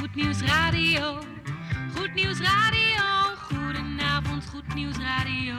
Goed Nieuws Radio. Goed Nieuws Radio. Goedenavond, Goed Nieuws Radio.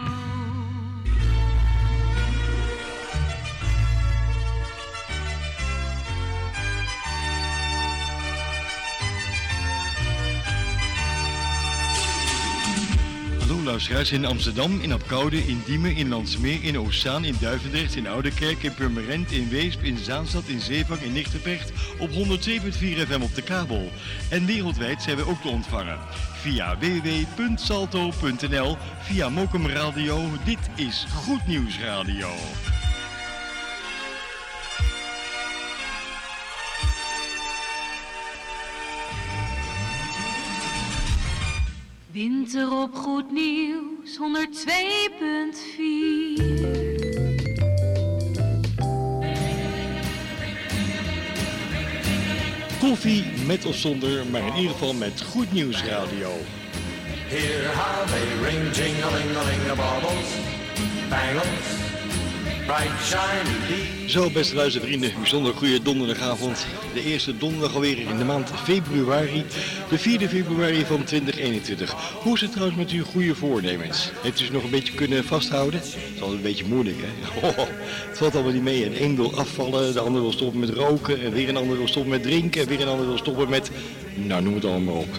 Hallo luisteraars in Amsterdam, in Apkoude, in Diemen, in Landsmeer, in Oostzaan, in Duivendrecht, in Oudekerk, in Purmerend, in Weesp, in Zaanstad, in Zeevang, in Nigtevecht op 107.4 FM op de kabel. En wereldwijd zijn we ook te ontvangen via www.salto.nl, via Mokum Radio. Dit is Goed Nieuws Radio. Winter op Goed Nieuws 102.4. Koffie met of zonder, maar in ieder geval met Goed Nieuws Radio. Hear how they ring, jing-a-ling-a-ling-a-baubles, bangles, bright shiny bees. Zo, beste luistervrienden, bijzonder goede donderdagavond. De eerste donderdag alweer in de maand februari, de 4e februari van 2021. Hoe is het trouwens met uw goede voornemens? Heeft u ze nog een beetje kunnen vasthouden? Dat is altijd een beetje moeilijk, hè? Het valt allemaal niet mee. De een wil afvallen, de ander wil stoppen met roken, en weer een ander wil stoppen met drinken, en weer een ander wil stoppen met... Nou, noem het allemaal op.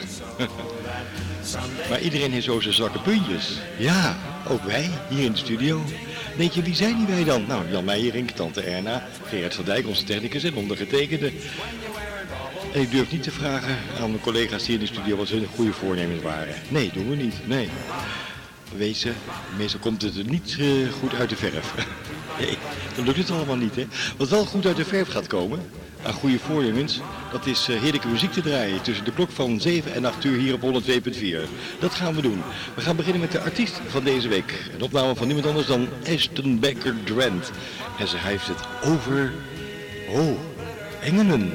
Maar iedereen heeft zo zijn zwakke puntjes. Ja, ook wij, hier in de studio. Denk je, wie zijn die wij dan? Nou, Jan Meijering, tante Erna, Gerard van Dijk, onze technicus en ondergetekende. En ik durf niet te vragen aan mijn collega's hier in de studio wat hun goede voornemens waren. Nee, doen we niet, nee. Wezen, meestal komt het er niet goed uit de verf. Nee, dan lukt het allemaal niet, hè. Wat wel goed uit de verf gaat komen, aan goede voornemens, dat is heerlijke muziek te draaien tussen de klok van 7 en 8 uur hier op 102.4. Dat gaan we doen. We gaan beginnen met de artiest van deze week. Een opname van niemand anders dan Ashton Baker Drent. En ze heeft het over... Oh, engelen.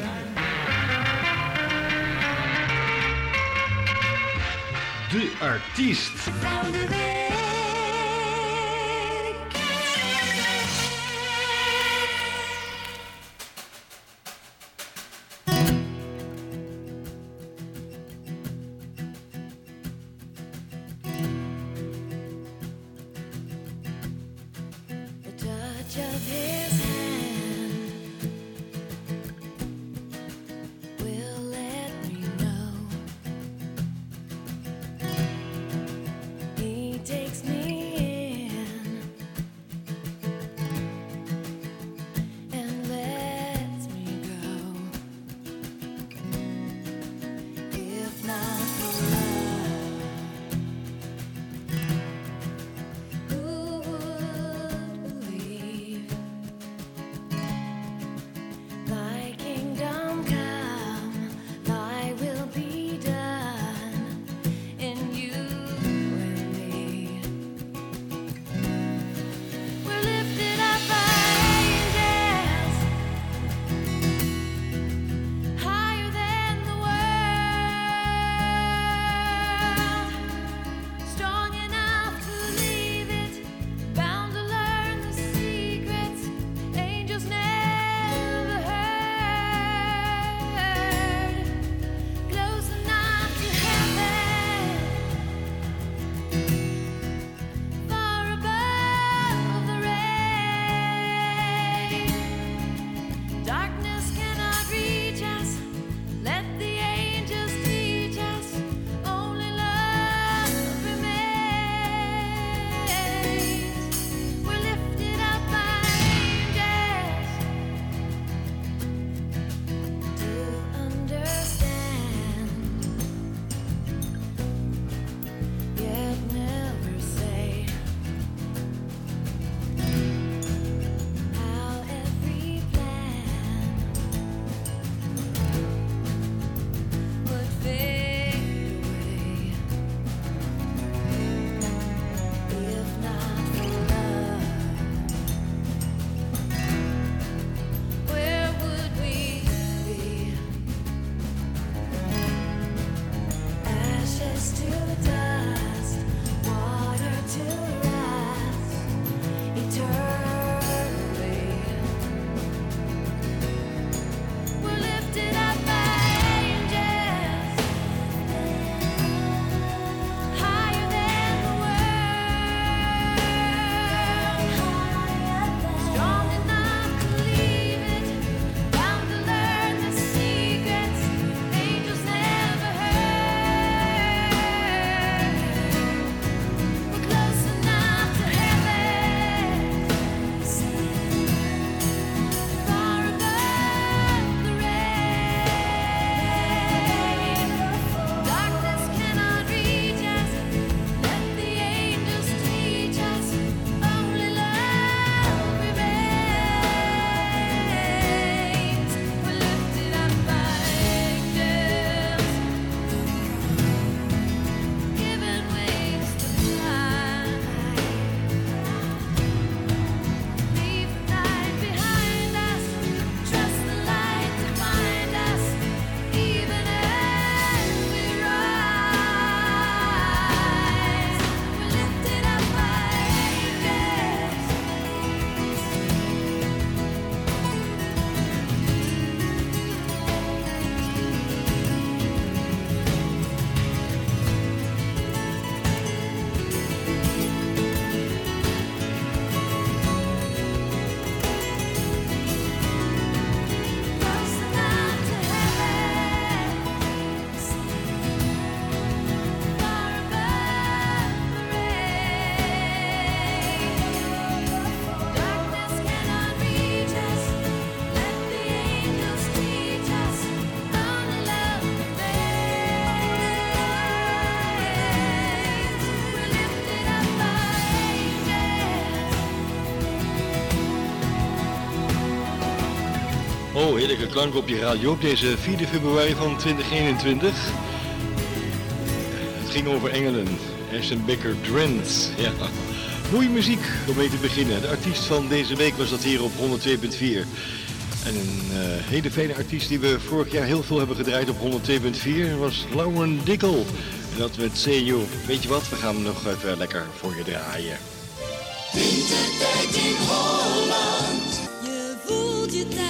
De artiest. Takes Zo, heerlijke klank op je radio op deze 4 februari van 2021. Het ging over Engeland. Ashton Baker Drent. Ja. Mooie muziek om mee te beginnen. De artiest van deze week was dat hier op 102.4. En een hele fijne artiest die we vorig jaar heel veel hebben gedraaid op 102.4 was Lauren Dickel. En dat met Say You. Weet je wat, we gaan hem nog even lekker voor je draaien. Wintertijd in Holland. Je voelt je thuis.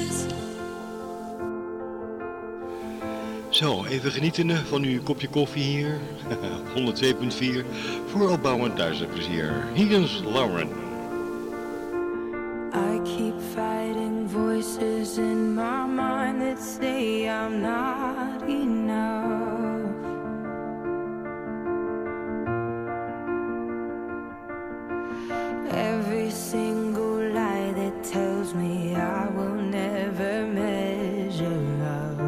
Zo, even genieten van uw kopje koffie hier. 102.4. Voor opbouwend thuisplezier. Hier is Lauren. I keep fighting voices in my mind that say I'm not enough. Every single lie that tells me I will never measure up.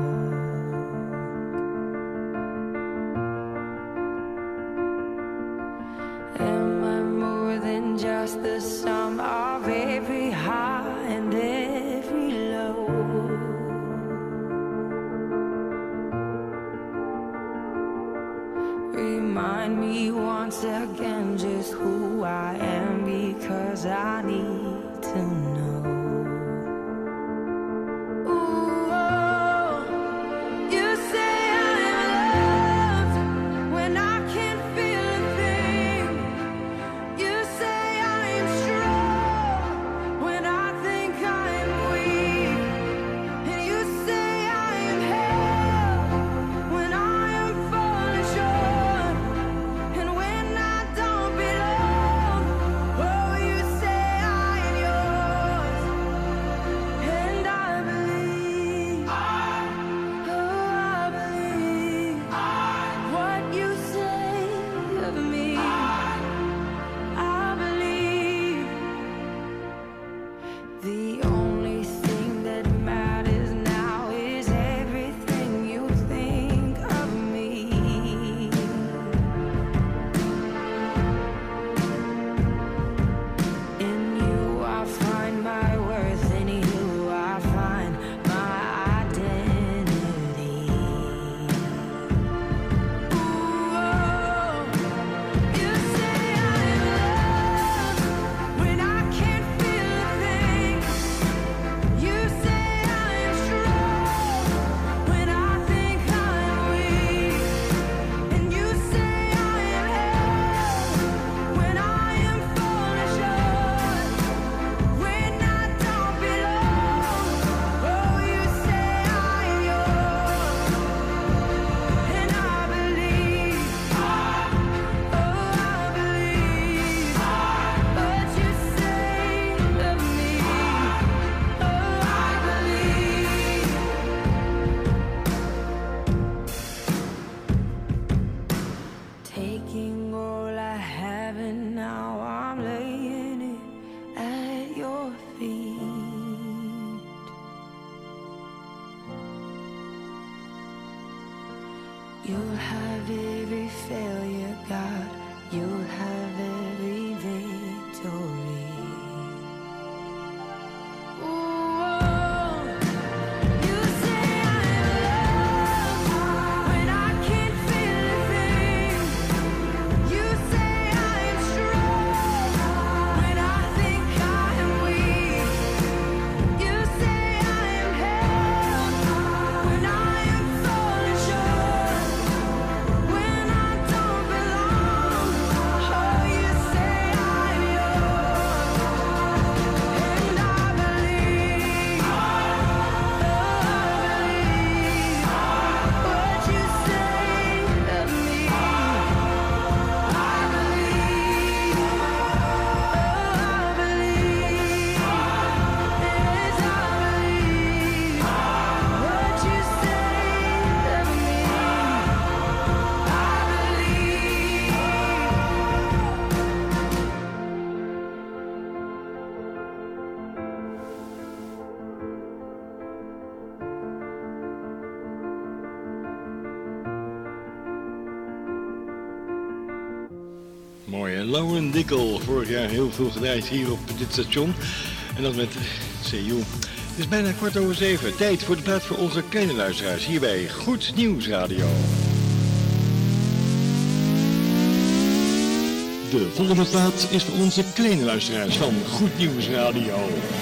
Am I more than just the sum of every high and every low? Remind me once again just who I am, because I need to know. Ooh, oh, you say I'm loved when I can't feel a thing. You say I'm strong when I think I'm weak. And you say I'm held when I am falling short. And when I don't belong, oh, you say I'm yours. And I believe, oh, I believe what you say of me. I believe the only thing that matters now is everything you think of me. In you I find my worth, in you I find my identity. Ooh, oh, you say I'm loved when I can't feel a thing. You say I'm strong when I think I'm weak. And you say I am held when I am falling short. When I don't belong, oh, you say I'm yours. And I believe, oh, I believe what you say of me. Oh, I believe. Taking all I have and now I'm laying it at your feet. You'll have every failure, God. You'll have every victory. Ooh, you say I'm loved when I can't feel a thing. You say I'm strong when I think I'm weak. You say I'm held when I am falling short. When I don't belong, oh, you say I'm yours. And I believe, oh, I believe what you say of me. I believe, oh, I believe, yes, I believe what you say of me. I believe. Mooi, hè? Lauren Dickel. Vorig jaar heel veel gedraaid hier op dit station. En dat met Say You. Het is bijna 7:15. Tijd voor de plaat voor onze kleine luisteraars hier bij Goed Nieuws Radio. De volgende plaat is voor onze kleine luisteraars van Goed Nieuws Radio.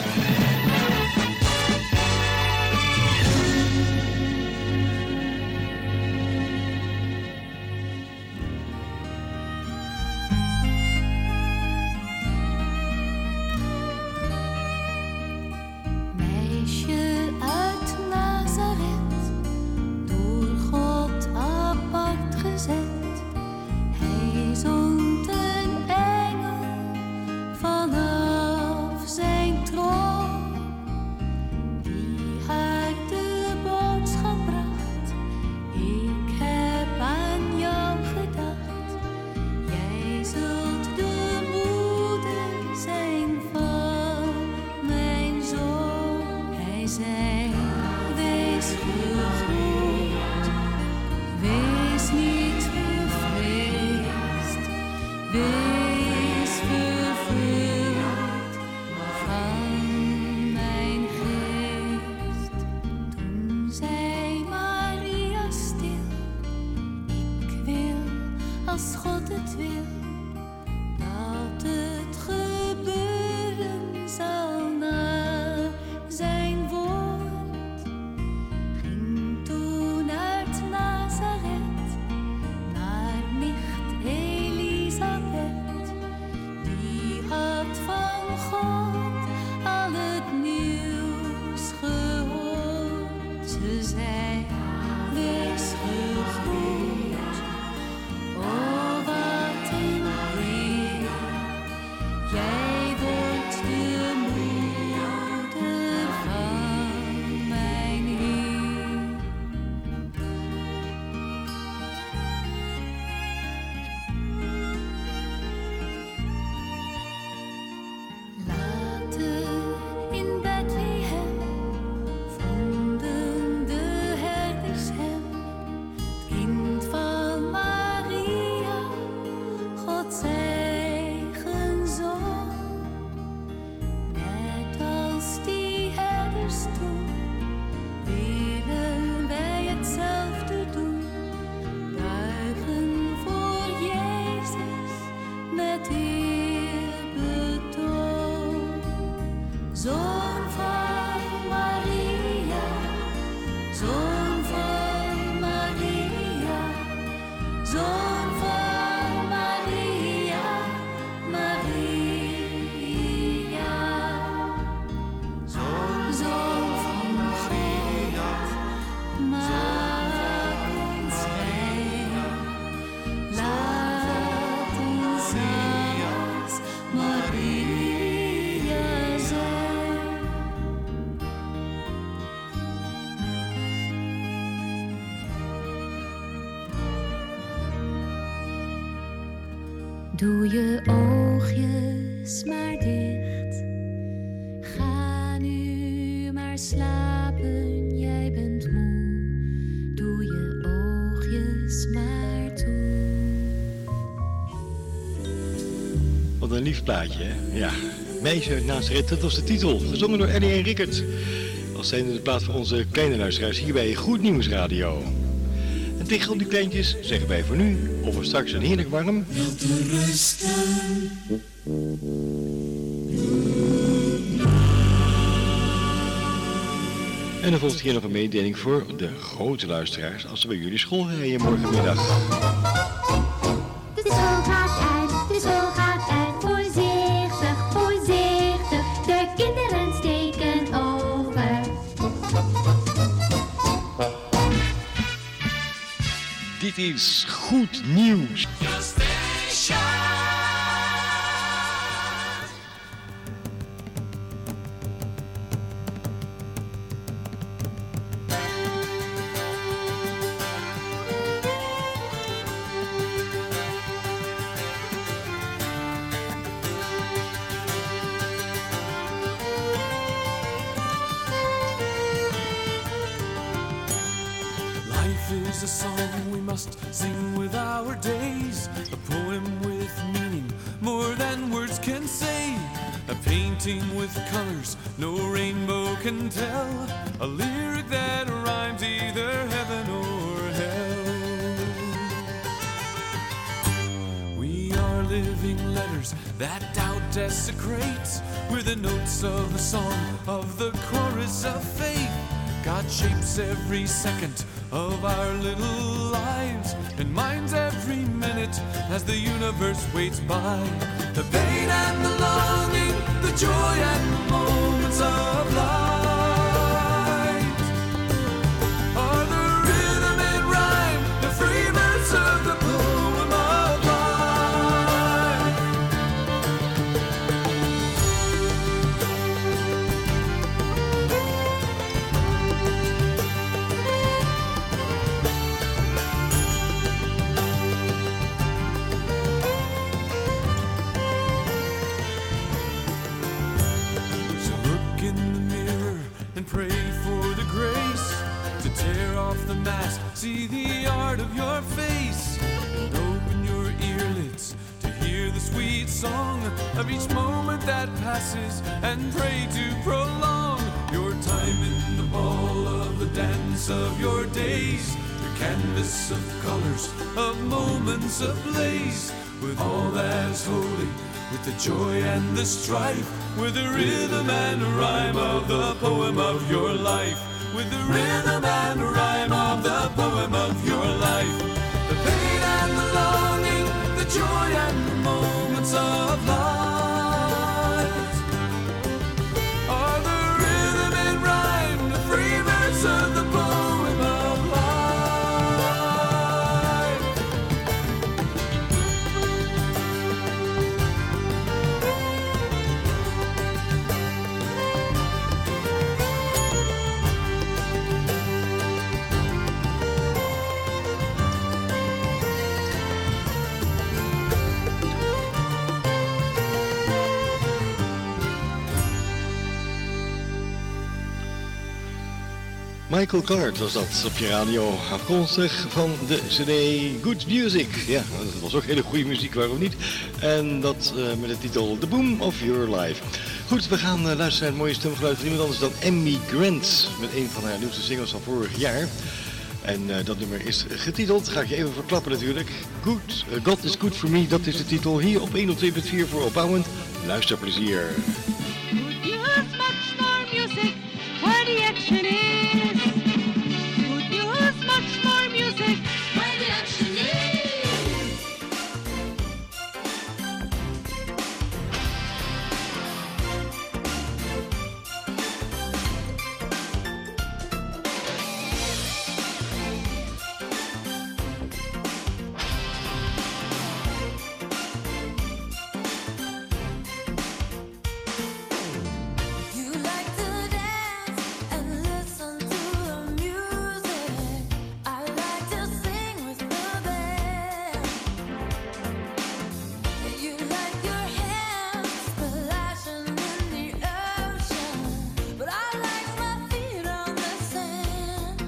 Doe je oogjes maar dicht. Ga nu maar slapen, jij bent moe. Doe je oogjes maar toe. Wat een lief plaatje, hè? Ja. Meisje uit Nazareth, dat was de titel. Gezongen door Ellie en Rickert. Als zijnde de plaat voor onze kleine luisteraars hier bij Goed Nieuws Radio. En tegen al die kleintjes zeggen wij voor nu, of er straks een heerlijk warm... En dan volgt hier nog een mededeling voor de grote luisteraars als ze bij jullie school rijden morgenmiddag. De school gaat uit, de school gaat uit. Voorzichtig, voorzichtig, de kinderen steken over. Dit is Goed Nieuws. Life is a song we must sing with our days, a poem with meaning more than words can say, a painting with colors no rainbow can tell, a lyric that rhymes either heaven or hell. We are living letters that doubt desecrates, we're the notes of the song of the chorus of faith. God shapes every second of our little lives and minds every minute as the universe waits by. The pain and the longing, the joy and the moments of light are the rhythm and rhyme, the free verse of the poem of life. Pray for the grace to tear off the mask, see the art of your face, and open your earlids to hear the sweet song of each moment that passes, and pray to prolong your time in the ball of the dance of your days, your canvas of colors, of moments ablaze, with all that is holy, with the joy and the strife, with the rhythm and rhyme of the poem of your life, with the rhythm and rhyme of the poem of your life. The pain and the longing, the joy and the moments of light are the rhythm and rhyme, the free verse of the poem of life. Michael Card was dat op je radio, afkomstig van de CD Good Music. Ja, dat was ook hele goede muziek, waarom niet? En dat met de titel The Boom of Your Life. Goed, we gaan luisteren naar het mooie stemgeluid van iemand anders dan Amy Grant, met een van haar nieuwste singles van vorig jaar. En dat nummer is getiteld, ga ik je even verklappen natuurlijk, God is Good For Me, dat is de titel hier op 102.4 voor opbouwend luisterplezier. Could use much more music where the action is. Could use much more music where the action is. You like to dance and listen to the music. I like to sing with the band. You like your hands splashing in the ocean, but I like my feet on the sand.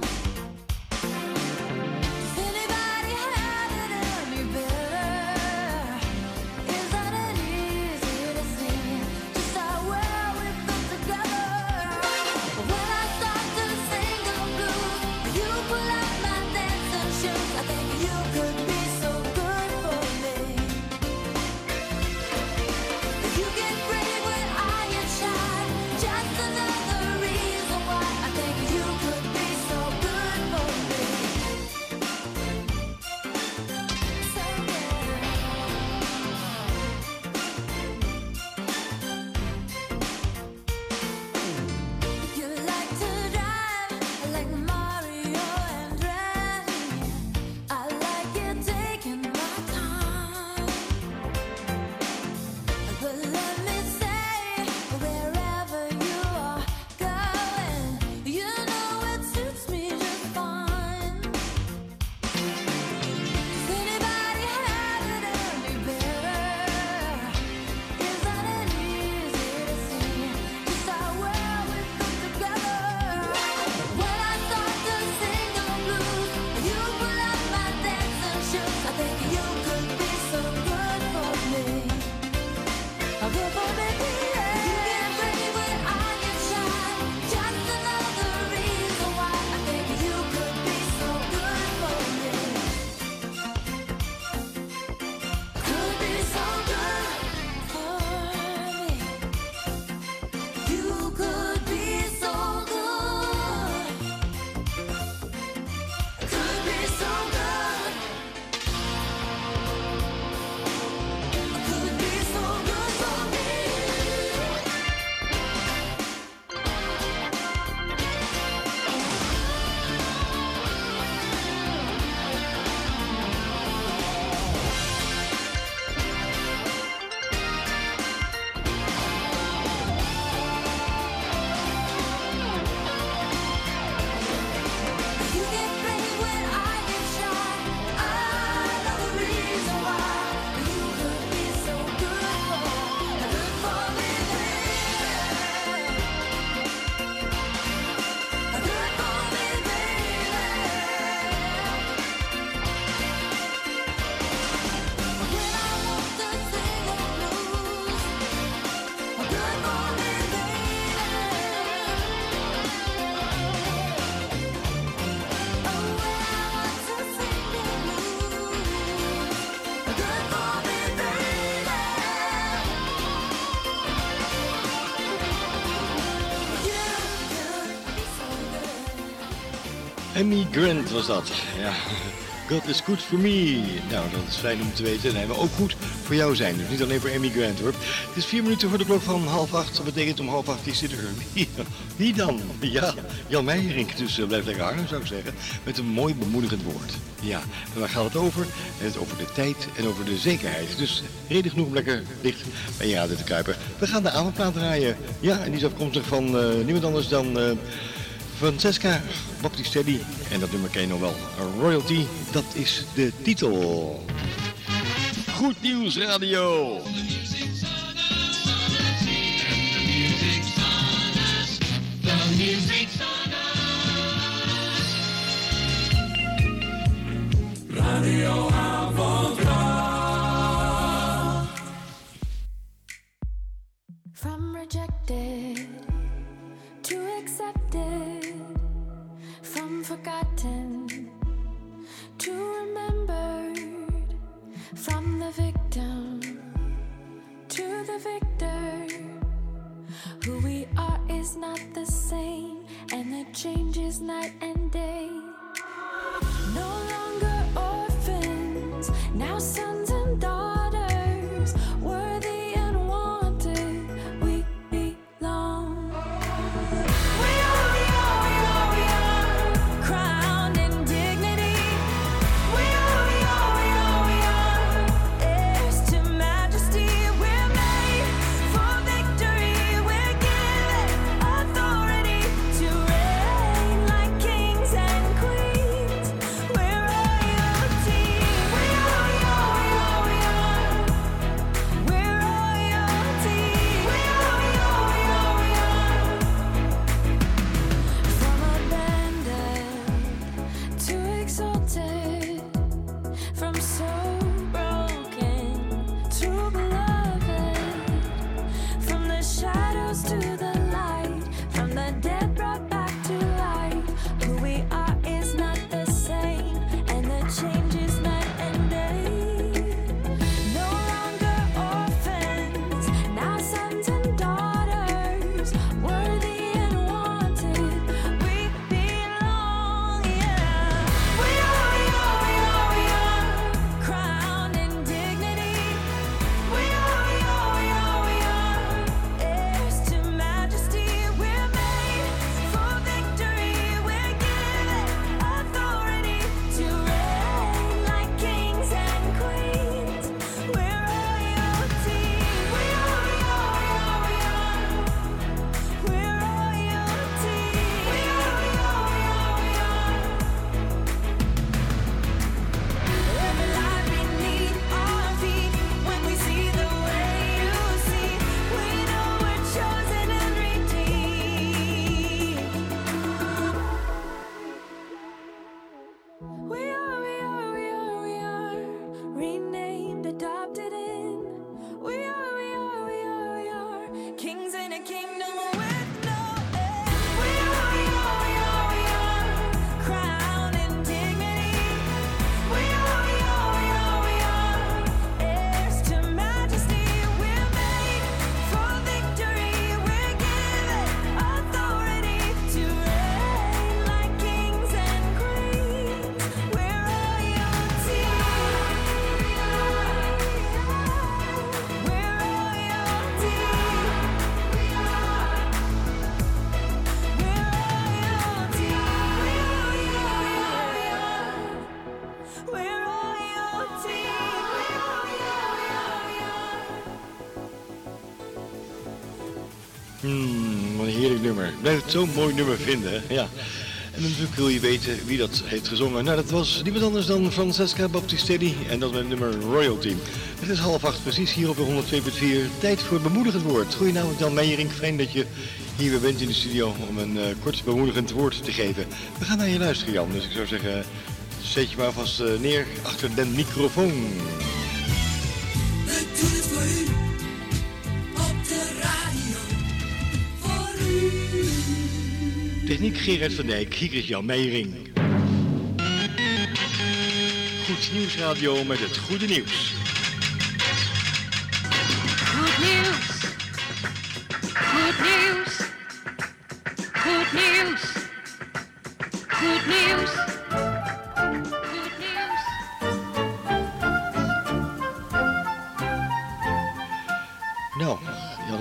Does anybody have it any better? Isn't it easy to see just how well we fit together? When I start to sing the blues, you pull out my dancing shoes. I think you could be so good for me. You get brave when I get shy. Just another reason why I think you could be so good for me. So you like to drive like Mario and Draghi. I like you taking my time. But let me say, wherever you are going, you know it suits me just fine. Does anybody have it any better? Isn't it easy to see just how well we fit together? When I start Amy Grant was dat. Ja, God is good for me. Nou, dat is fijn om te weten. En hij wil ook goed voor jou zijn. Dus niet alleen voor Amy Grant hoor. Het is 4 minuten voor de klok van 7:30. Dat betekent om 7:30 is dit er. Wie dan? Ja, Jan Meijering. Dus blijf lekker hangen zou ik zeggen. Met een mooi bemoedigend woord. Ja, en waar gaat het over? Het over de tijd en over de zekerheid. Dus reden genoeg om lekker dicht bij je raden te kruipen. We gaan de avondplaat draaien. Ja, en die is afkomstig van niemand anders dan Francesca Battistelli. En dat nummer ken je nog wel. Royalty, dat is de titel. Goed Nieuws Radio. Radio Avondklok. From rejected to accepted, from forgotten to remembered, from the victim to the victor. Who we are is not the same, and the change is night and day. No longer orphans, now sons and daughters, worthy and wanted, we belong. We are, crowned in dignity. We are, heirs to majesty. We're made for victory. We're given authority to reign like kings and queens. We're royalty. We are, we're royalty. We are, from abandoned to exalted, from so broken to beloved, from the shadows to the light, from the dead brought back to life. Who we are is not the same, and the change is night and day. No longer orphans, now sons and daughters, worthy and wanted, we belong, yeah. We are, crowned in dignity. We are, heirs to majesty. We're made for victory. We're given authority to reign like kings and queens. We're royalty. We are, we're royalty. We every life beneath our feet. When we see the way you see, we know we're chosen and redeemed. We are renamed, adopted in. We are kings in a kingdom with no end. We are, crowned in dignity. We are, heirs to majesty. We're made for victory. We're given authority to reign like kings and queens. We're royalty. We're royalty. We're royalty. Wat een heerlijk nummer. Blijf het zo'n mooi nummer vinden. Ja. En natuurlijk wil je weten wie dat heeft gezongen. Nou, dat was niemand anders dan Francesca Battistelli. En dat met het nummer Royalty. Het is 7:30 precies hier op de 102.4. Tijd voor het bemoedigend woord. Goedenavond Jan Meijering. Fijn dat je hier weer bent in de studio om een kort bemoedigend woord te geven. We gaan naar je luisteren Jan. Dus ik zou zeggen, zet je maar vast neer achter de microfoon. We doen het voor u, op de radio, voor u. Techniek Gerard van Dijk, hier is Jan Meijering. Goed Nieuwsradio met het goede nieuws. Goed nieuws. Goed nieuws. Goed nieuws. Goed nieuws.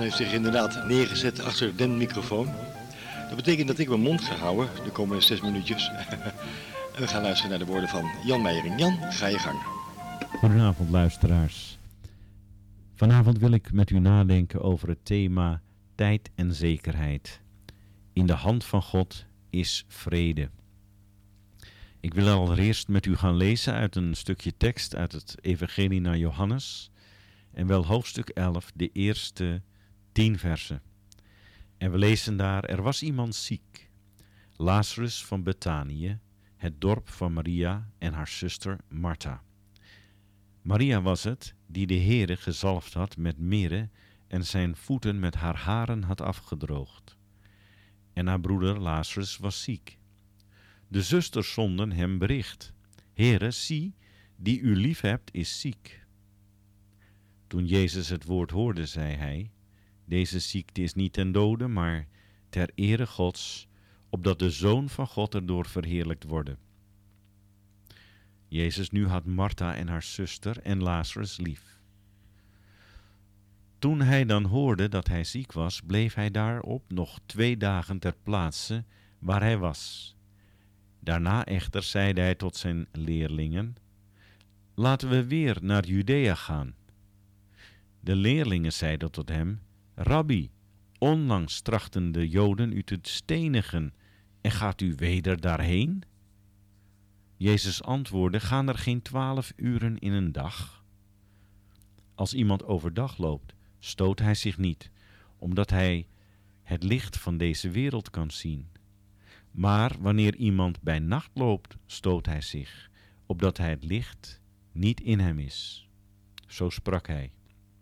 heeft zich inderdaad neergezet achter den microfoon. Dat betekent dat ik mijn mond ga houden de komende 6 minuutjes. En we gaan luisteren naar de woorden van Jan Meijering. Jan, ga je gang. Goedenavond luisteraars. Vanavond wil ik met u nadenken over het thema tijd en zekerheid. In de hand van God is vrede. Ik wil allereerst met u gaan lezen uit een stukje tekst uit het Evangelie naar Johannes. En wel hoofdstuk 11, de eerste 10 versen. En we lezen daar: er was iemand ziek, Lazarus van Betanië, het dorp van Maria en haar zuster Martha. Maria was het die de Heere gezalfd had met mirre en zijn voeten met haar haren had afgedroogd. En haar broeder Lazarus was ziek. De zusters zonden hem bericht: Heere, zie, die u lief hebt is ziek. Toen Jezus het woord hoorde, zei hij: deze ziekte is niet ten dode, maar ter ere Gods, opdat de Zoon van God erdoor verheerlijkt worden. Jezus nu had Martha en haar zuster en Lazarus lief. Toen hij dan hoorde dat hij ziek was, bleef hij daarop nog 2 dagen ter plaatse waar hij was. Daarna echter zeide hij tot zijn leerlingen: laten we weer naar Judea gaan. De leerlingen zeiden tot hem: Rabbi, onlangs trachten de Joden u te stenigen en gaat u weder daarheen? Jezus antwoordde: gaan er geen 12 uren in een dag? Als iemand overdag loopt, stoot hij zich niet, omdat hij het licht van deze wereld kan zien. Maar wanneer iemand bij nacht loopt, stoot hij zich, opdat hij het licht niet in hem is. Zo sprak hij.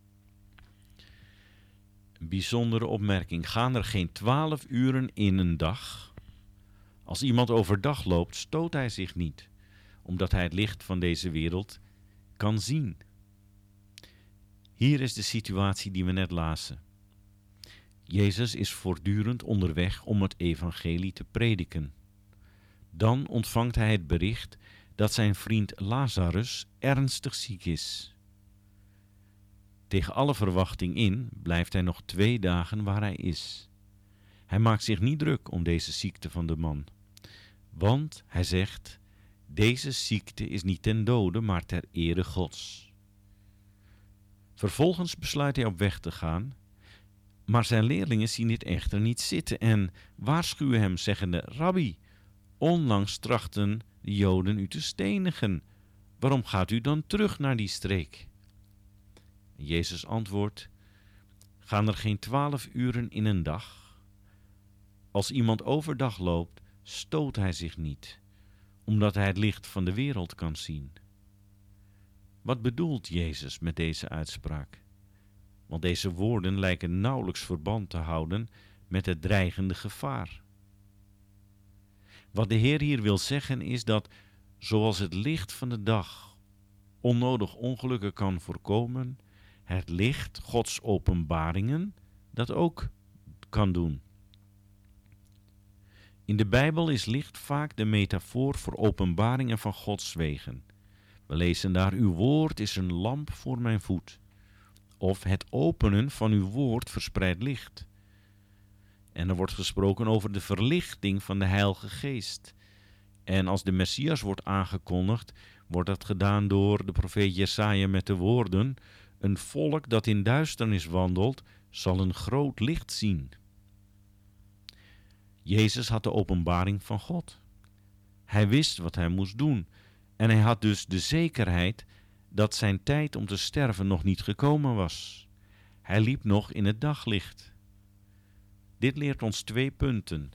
Een bijzondere opmerking. Gaan er geen 12 uren in een dag? Als iemand overdag loopt, stoot hij zich niet, omdat hij het licht van deze wereld kan zien. Hier is de situatie die we net lazen. Jezus is voortdurend onderweg om het evangelie te prediken. Dan ontvangt hij het bericht dat zijn vriend Lazarus ernstig ziek is. Tegen alle verwachting in blijft hij nog 2 dagen waar hij is. Hij maakt zich niet druk om deze ziekte van de man. Want hij zegt: deze ziekte is niet ten dode, maar ter ere Gods. Vervolgens besluit hij op weg te gaan. Maar zijn leerlingen zien dit echter niet zitten en waarschuwen hem, zeggende: Rabbi, onlangs trachten de Joden u te stenigen. Waarom gaat u dan terug naar die streek? Jezus antwoordt: gaan er geen 12 uren in een dag? Als iemand overdag loopt, stoot hij zich niet, omdat hij het licht van de wereld kan zien. Wat bedoelt Jezus met deze uitspraak? Want deze woorden lijken nauwelijks verband te houden met het dreigende gevaar. Wat de Heer hier wil zeggen is dat, zoals het licht van de dag onnodig ongelukken kan voorkomen, het licht, Gods openbaringen, dat ook kan doen. In de Bijbel is licht vaak de metafoor voor openbaringen van Gods wegen. We lezen daar: uw woord is een lamp voor mijn voet. Of het openen van uw woord verspreidt licht. En er wordt gesproken over de verlichting van de Heilige Geest. En als de Messias wordt aangekondigd, wordt dat gedaan door de profeet Jesaja met de woorden: een volk dat in duisternis wandelt, zal een groot licht zien. Jezus had de openbaring van God. Hij wist wat hij moest doen. En hij had dus de zekerheid dat zijn tijd om te sterven nog niet gekomen was. Hij liep nog in het daglicht. Dit leert ons 2 punten.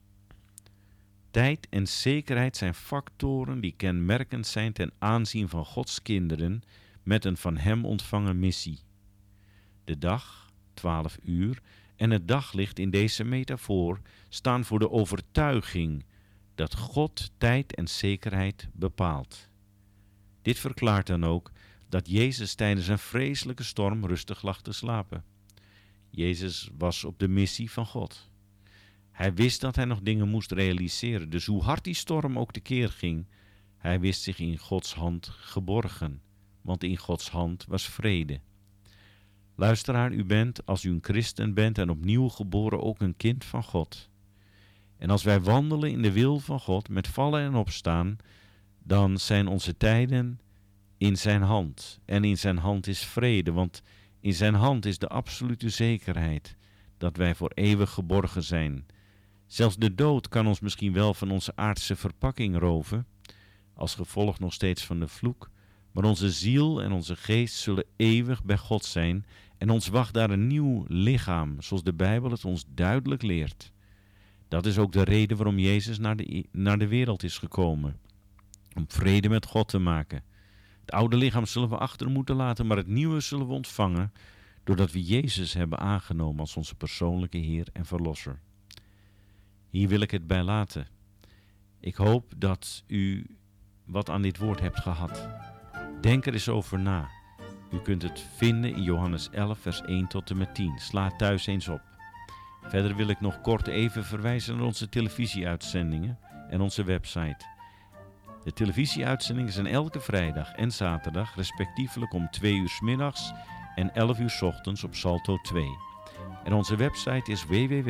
Tijd en zekerheid zijn factoren die kenmerkend zijn ten aanzien van Gods kinderen met een van hem ontvangen missie. De dag, 12 uur, en het daglicht in deze metafoor staan voor de overtuiging dat God tijd en zekerheid bepaalt. Dit verklaart dan ook dat Jezus tijdens een vreselijke storm rustig lag te slapen. Jezus was op de missie van God. Hij wist dat hij nog dingen moest realiseren, dus hoe hard die storm ook tekeer ging, hij wist zich in Gods hand geborgen, want in Gods hand was vrede. Luisteraar, u bent, als u een christen bent en opnieuw geboren, ook een kind van God. En als wij wandelen in de wil van God, met vallen en opstaan, dan zijn onze tijden in zijn hand. En in zijn hand is vrede, want in zijn hand is de absolute zekerheid dat wij voor eeuwig geborgen zijn. Zelfs de dood kan ons misschien wel van onze aardse verpakking roven, als gevolg nog steeds van de vloek, maar onze ziel en onze geest zullen eeuwig bij God zijn en ons wacht daar een nieuw lichaam, zoals de Bijbel het ons duidelijk leert. Dat is ook de reden waarom Jezus naar de wereld is gekomen, om vrede met God te maken. Het oude lichaam zullen we achter moeten laten, maar het nieuwe zullen we ontvangen, doordat we Jezus hebben aangenomen als onze persoonlijke Heer en Verlosser. Hier wil ik het bij laten. Ik hoop dat u wat aan dit woord hebt gehad. Denk er eens over na. U kunt het vinden in Johannes 11 vers 1 tot en met 10. Sla thuis eens op. Verder wil ik nog kort even verwijzen naar onze televisieuitzendingen en onze website. De televisieuitzendingen zijn elke vrijdag en zaterdag respectievelijk om 2 uur 's middags en 11 uur 's ochtends op Salto 2. En onze website is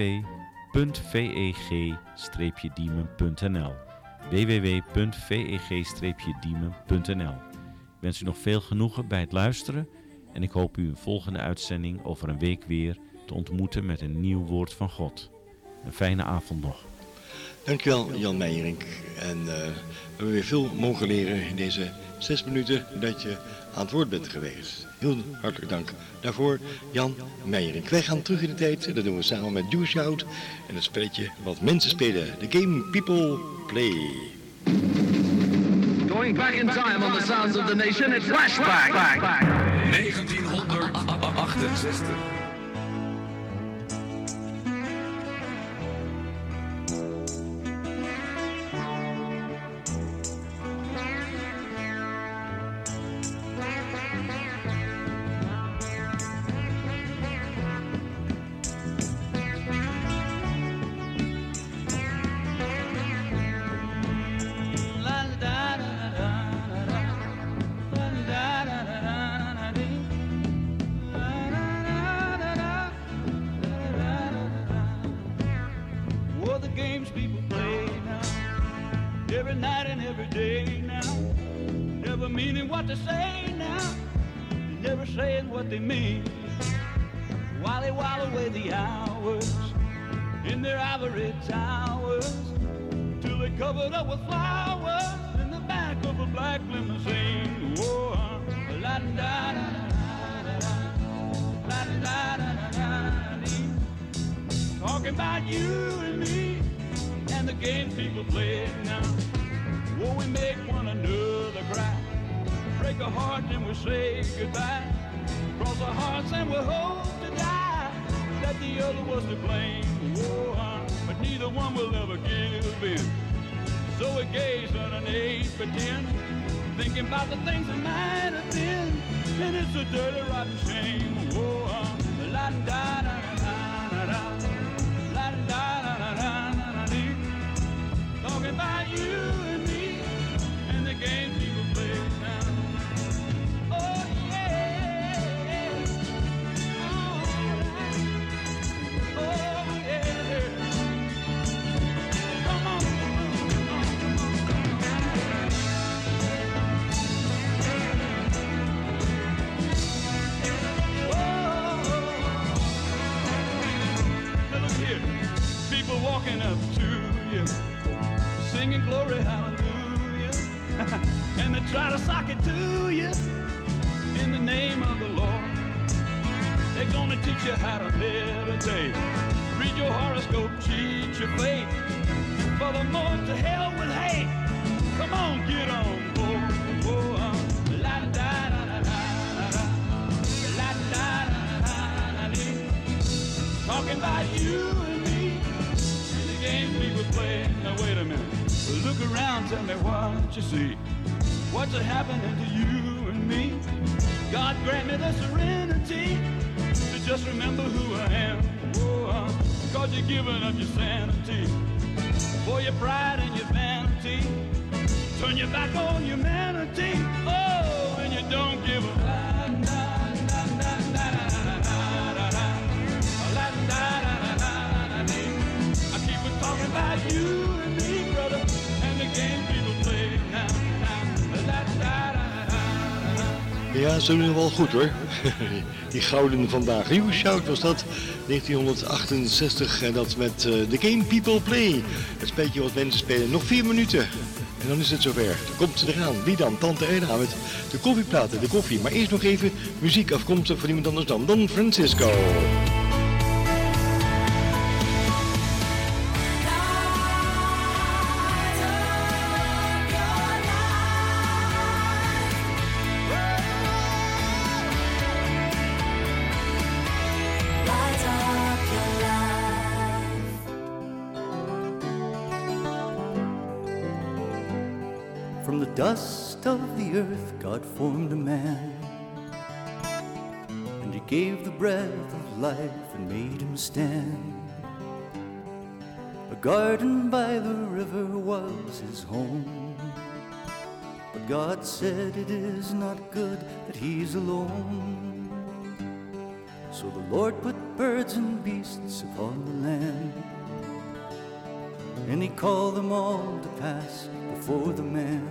www.veg-diemen.nl www.veg-diemen.nl. Ik wens u nog veel genoegen bij het luisteren en ik hoop u een volgende uitzending over een week weer te ontmoeten met een nieuw woord van God. Een fijne avond nog. Dankjewel Jan Meijerink. En we hebben weer veel mogen leren in deze 6 minuten dat je aan het woord bent geweest. Heel hartelijk dank daarvoor, Jan Meijerink. Wij gaan terug in de tijd, dat doen we samen met Do Shout en het spelletje wat mensen spelen. The game people play. Going back in time on the sounds of the nation, it's Flashback. 1968. Well, the games people play now, every night and every day now, never meaning what they say now, never saying what they mean, while they while away the hours in their ivory towers, till they covered up with flowers in the back of a black limousine. Whoa, la da da da da, la da da da da, talking about you and me and the games people play now. Whoa, we make one another cry, break a heart and we say goodbye, cross our hearts and we hope to die that the other was to blame. Whoa, but neither one will ever give in. So we gaze underneath, pretend, thinking about the things that might have been, and it's a dirty, rotten shame. Whoa, la da da da da, la da da da da da, talking about you and me and the games people play now. Oh yeah, oh yeah, come on. People walking up to you, singing glory hallelujah, and they try to sock it to you in the name of the Lord. They're gonna teach you how to meditate, read your horoscope, cheat your fate, and furthermore to hell with hate. Come on, get on board. Whoa, la da da da da da, la da da da da, talking about you and me and the games we would play. Now wait a minute, look around, tell me what you see. What's happening to you and me? God grant me the serenity to just remember who I am. Whoa, cause you're giving up your sanity for your pride and your vanity. Turn your back on humanity. Oh, and you don't give a you and me, brother, and the game people play now. Ja, ze doen het wel goed hoor. Die gouden vandaag. You Shout was dat, 1968. En dat met The Game People Play. Het speeltje wat mensen spelen. Nog 4 minuten. En dan is het zover. Dan komt ze eraan. Wie dan? Tante Erna met de koffieplaten, de koffie. Maar eerst nog even muziek afkomstig van iemand anders dan Don Francisco. From the dust of the earth God formed a man, and he gave the breath of life and made him stand. A garden by the river was his home, but God said it is not good that he's alone. So the Lord put birds and beasts upon the land, and he called them all to pass before the man.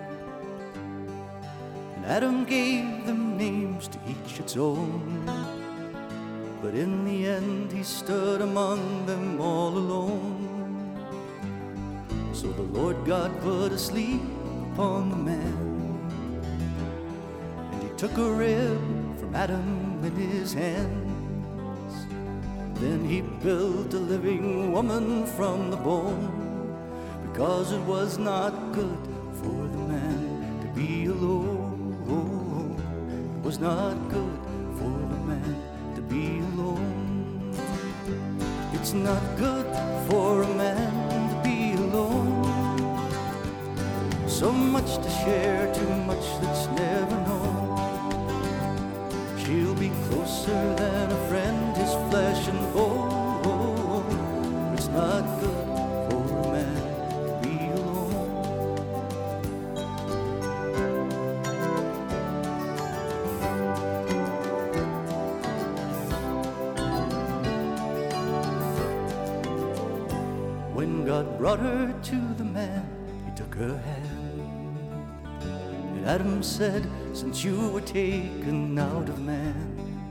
And Adam gave them names to each its own, but in the end he stood among them all alone. So the Lord God put a sleep upon the man, and he took a rib from Adam in his hands. Then he built a living woman from the bone, because it was not good for the man to be alone. It was not good for the man to be alone. It's not good for a man to be alone. So much to share, too much that's never known. She'll be closer than a friend, his flesh and bone. It's not good for a man to be alone. When God brought her to the man, he took her hand. And Adam said, since you were taken out of man,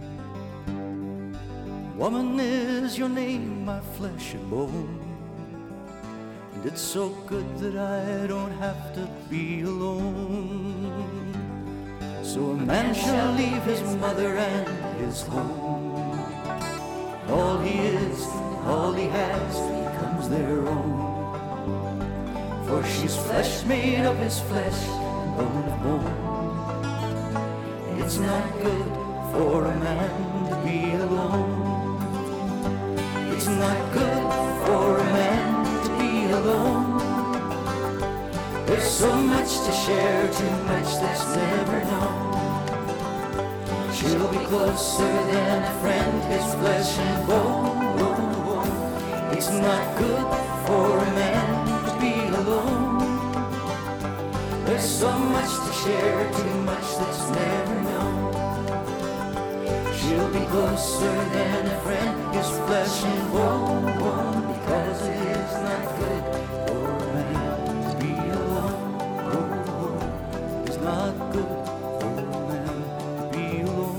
woman is your name, my flesh and bone. And it's so good that I don't have to be alone. So a man shall leave his mother and his home. All he is, all he has becomes their own. For she's flesh made of his flesh and bone of bone. It's not good for a man to be alone. It's not good for a man to be alone. There's so much to share, too much that's never known. She'll be closer than a friend, his flesh and bone. It's not good for a man to be alone. There's so much to share, too much that's never known. She'll be closer than a friend, his flesh and bone. Because it is not good for a man to be alone. It's not good for a man to be alone.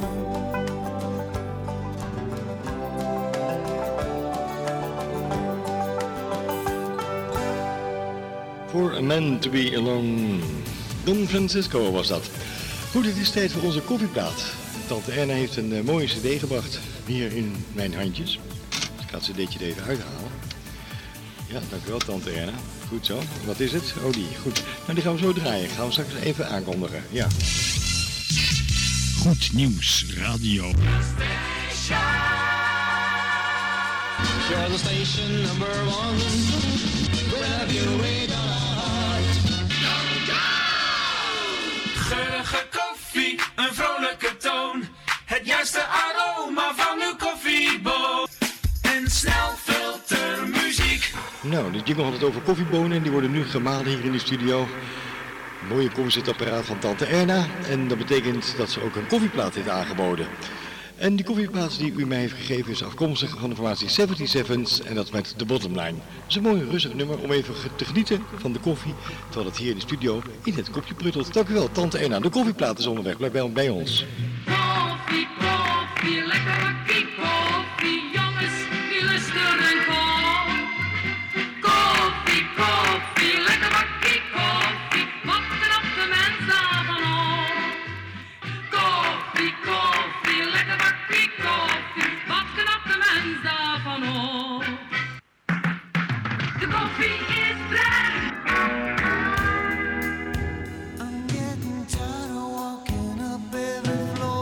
For a Man to Be Alone. Don Francisco was dat. Goed, het is tijd voor onze koffieplaat. Tante Erna heeft een mooie cd gebracht. Hier in mijn handjes. Ik ga het cd'tje er even uithalen. Ja, dankjewel Tante Erna. Goed zo. Wat is het? Oh, die. Goed. Nou, die gaan we zo draaien. Gaan we straks even aankondigen. Ja. Goed Nieuws Radio. You're the station number one. Wherever you wait on a heart. Geurige koffie, een vrolijke toon. Het juiste aroma van uw koffieboon. En snelfiltermuziek. Nou, de jingle had het over koffiebonen. Die worden nu gemalen hier in de studio. Een mooie koffiezetapparaat van Tante Erna. En dat betekent dat ze ook een koffieplaat heeft aangeboden. En die koffieplaats die u mij heeft gegeven is afkomstig van de formatie 77's en dat is met The Bottom Line. Dat is een mooi rustig nummer om even te genieten van de koffie, terwijl het hier in de studio in het kopje pruttelt. Dank u wel, tante Erna. De koffieplaat is onderweg, blijf bij ons. Koffie, koffie, lekker bakkie koffie, jongens, wie lust er een kop? Koffie, koffie, lekker bakkie koffie, wat knapt de mens daarvan op? Koffie, koffie, lekker bakkie koffie, wat knapt de mens daarvan op? De koffie is vrij. I'm getting tired of walking up every floor.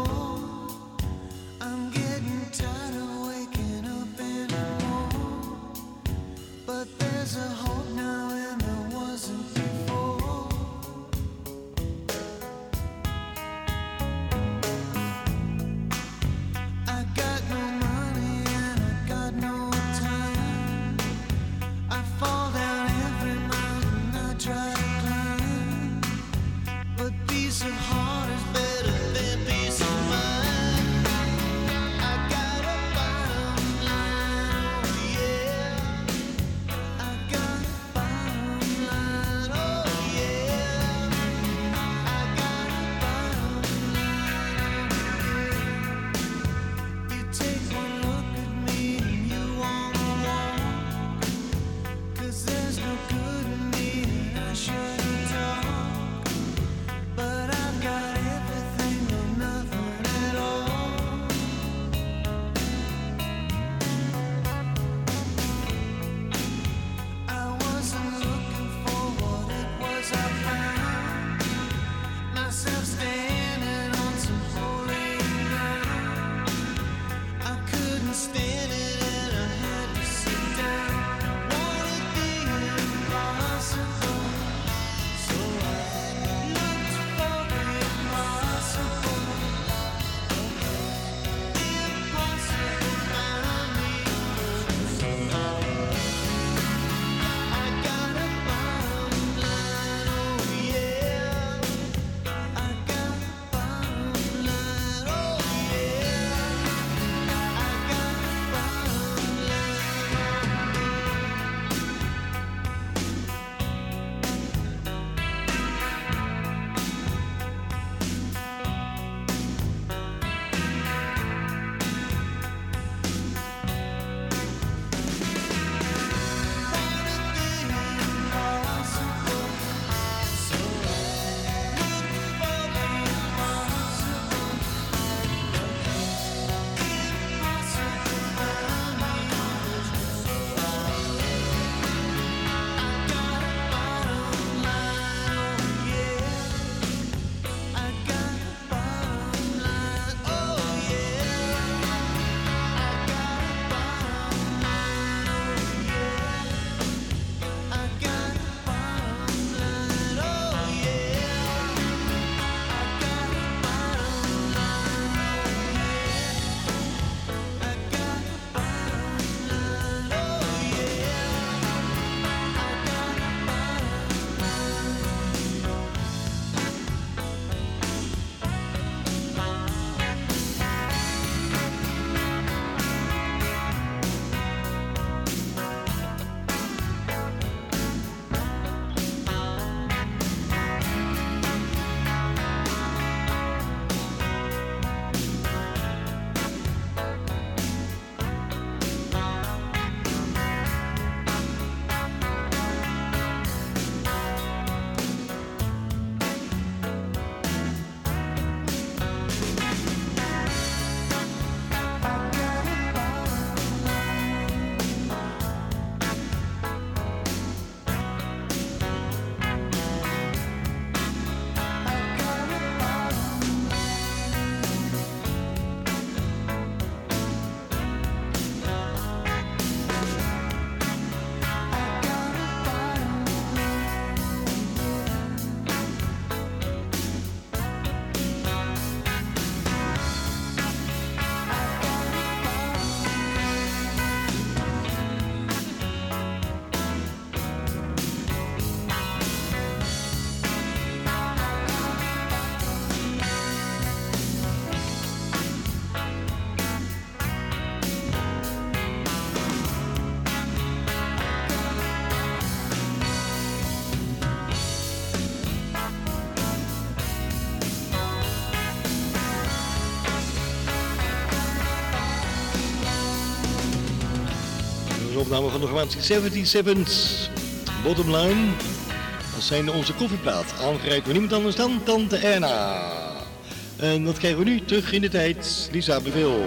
opname van de formatie 77's. Bottom Line. Dat zijn onze koffieplaat. Aangereikt door niemand anders dan Tante Erna. En dat krijgen we nu terug in de tijd. Lisa Beveel.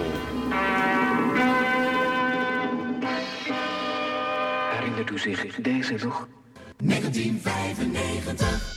Herinnert u zich deze nog? 1995.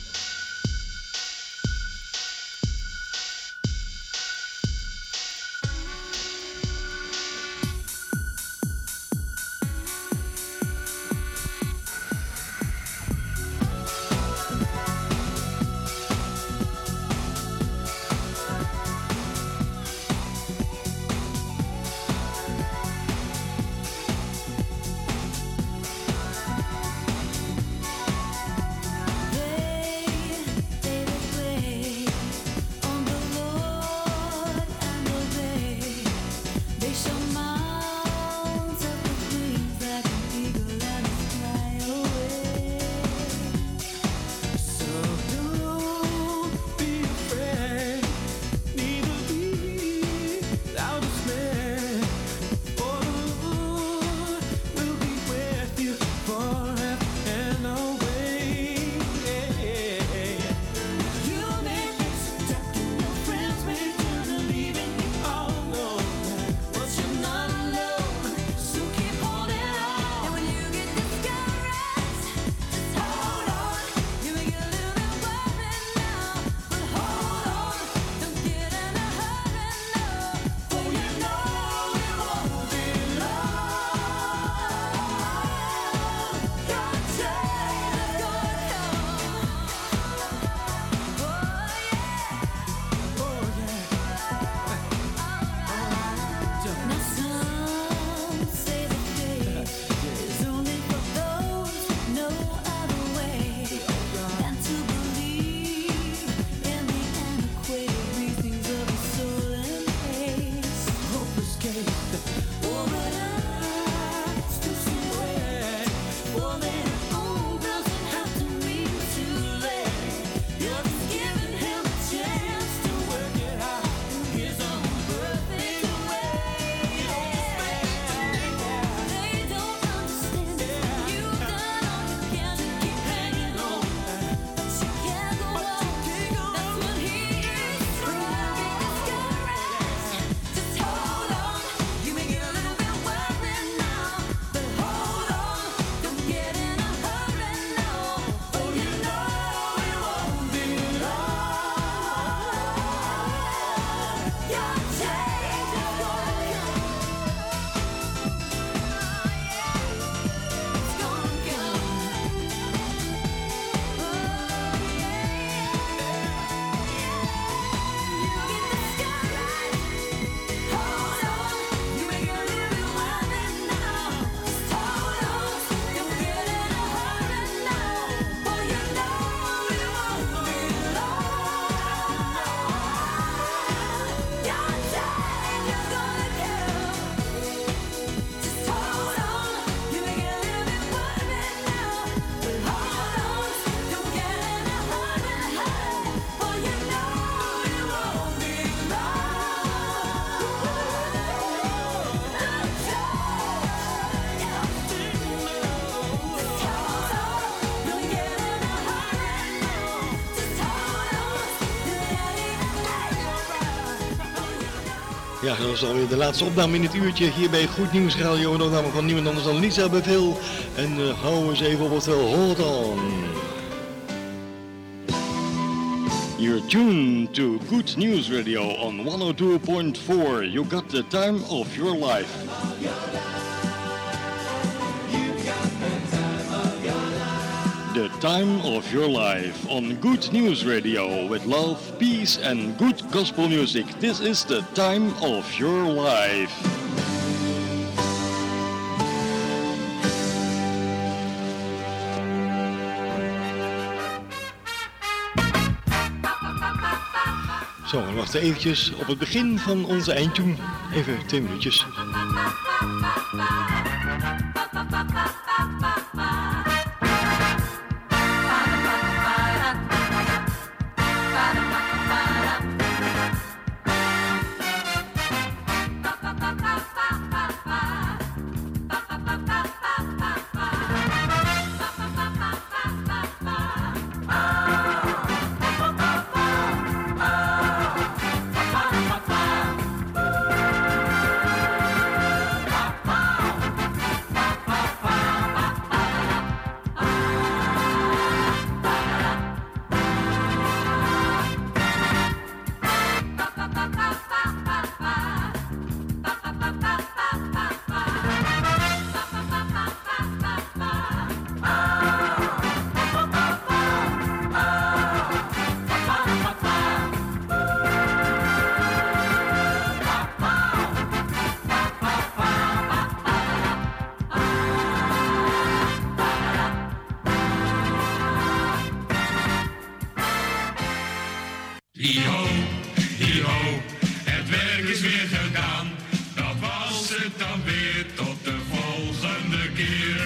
Ja, dat was alweer de laatste opname in het uurtje hier bij Goed Nieuws Radio. Een opname van niemand anders dan Lisa Beveel. En hou eens even op het wel. Hold on. You're tuned to Good News Radio on 102.4. You got the time of your life. The time of your life on Good News Radio with love, peace and good gospel music. This is the time of your life. Zo, we wachten eventjes op het begin van onze eindtune. Even 2 minuutjes. Hi-ho, hi-ho, het werk is weer gedaan. Dat was het dan weer, tot de volgende keer.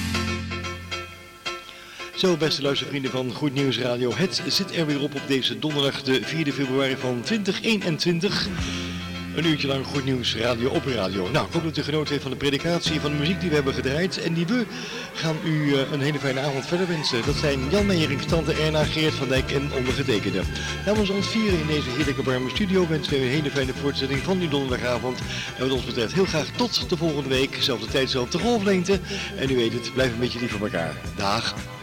Zo, beste luistervrienden van Goed Nieuws Radio, het zit er weer op deze donderdag de 4 februari van 2021. Een uurtje lang Goed Nieuws Radio op radio. Nou, ik hoop dat u genoten heeft van de predikatie, van de muziek die we hebben gedraaid. En die we gaan u een hele fijne avond verder wensen. Dat zijn Jan Meijering, tante Erna, Geert van Dijk en ondergetekende. Namens ons vieren in deze heerlijke warme studio wensen we een hele fijne voortzetting van uw donderdagavond. En wat ons betreft heel graag tot de volgende week. Zelfde tijd, zelfde golflengte. En u weet het, blijf een beetje lief voor elkaar. Dag.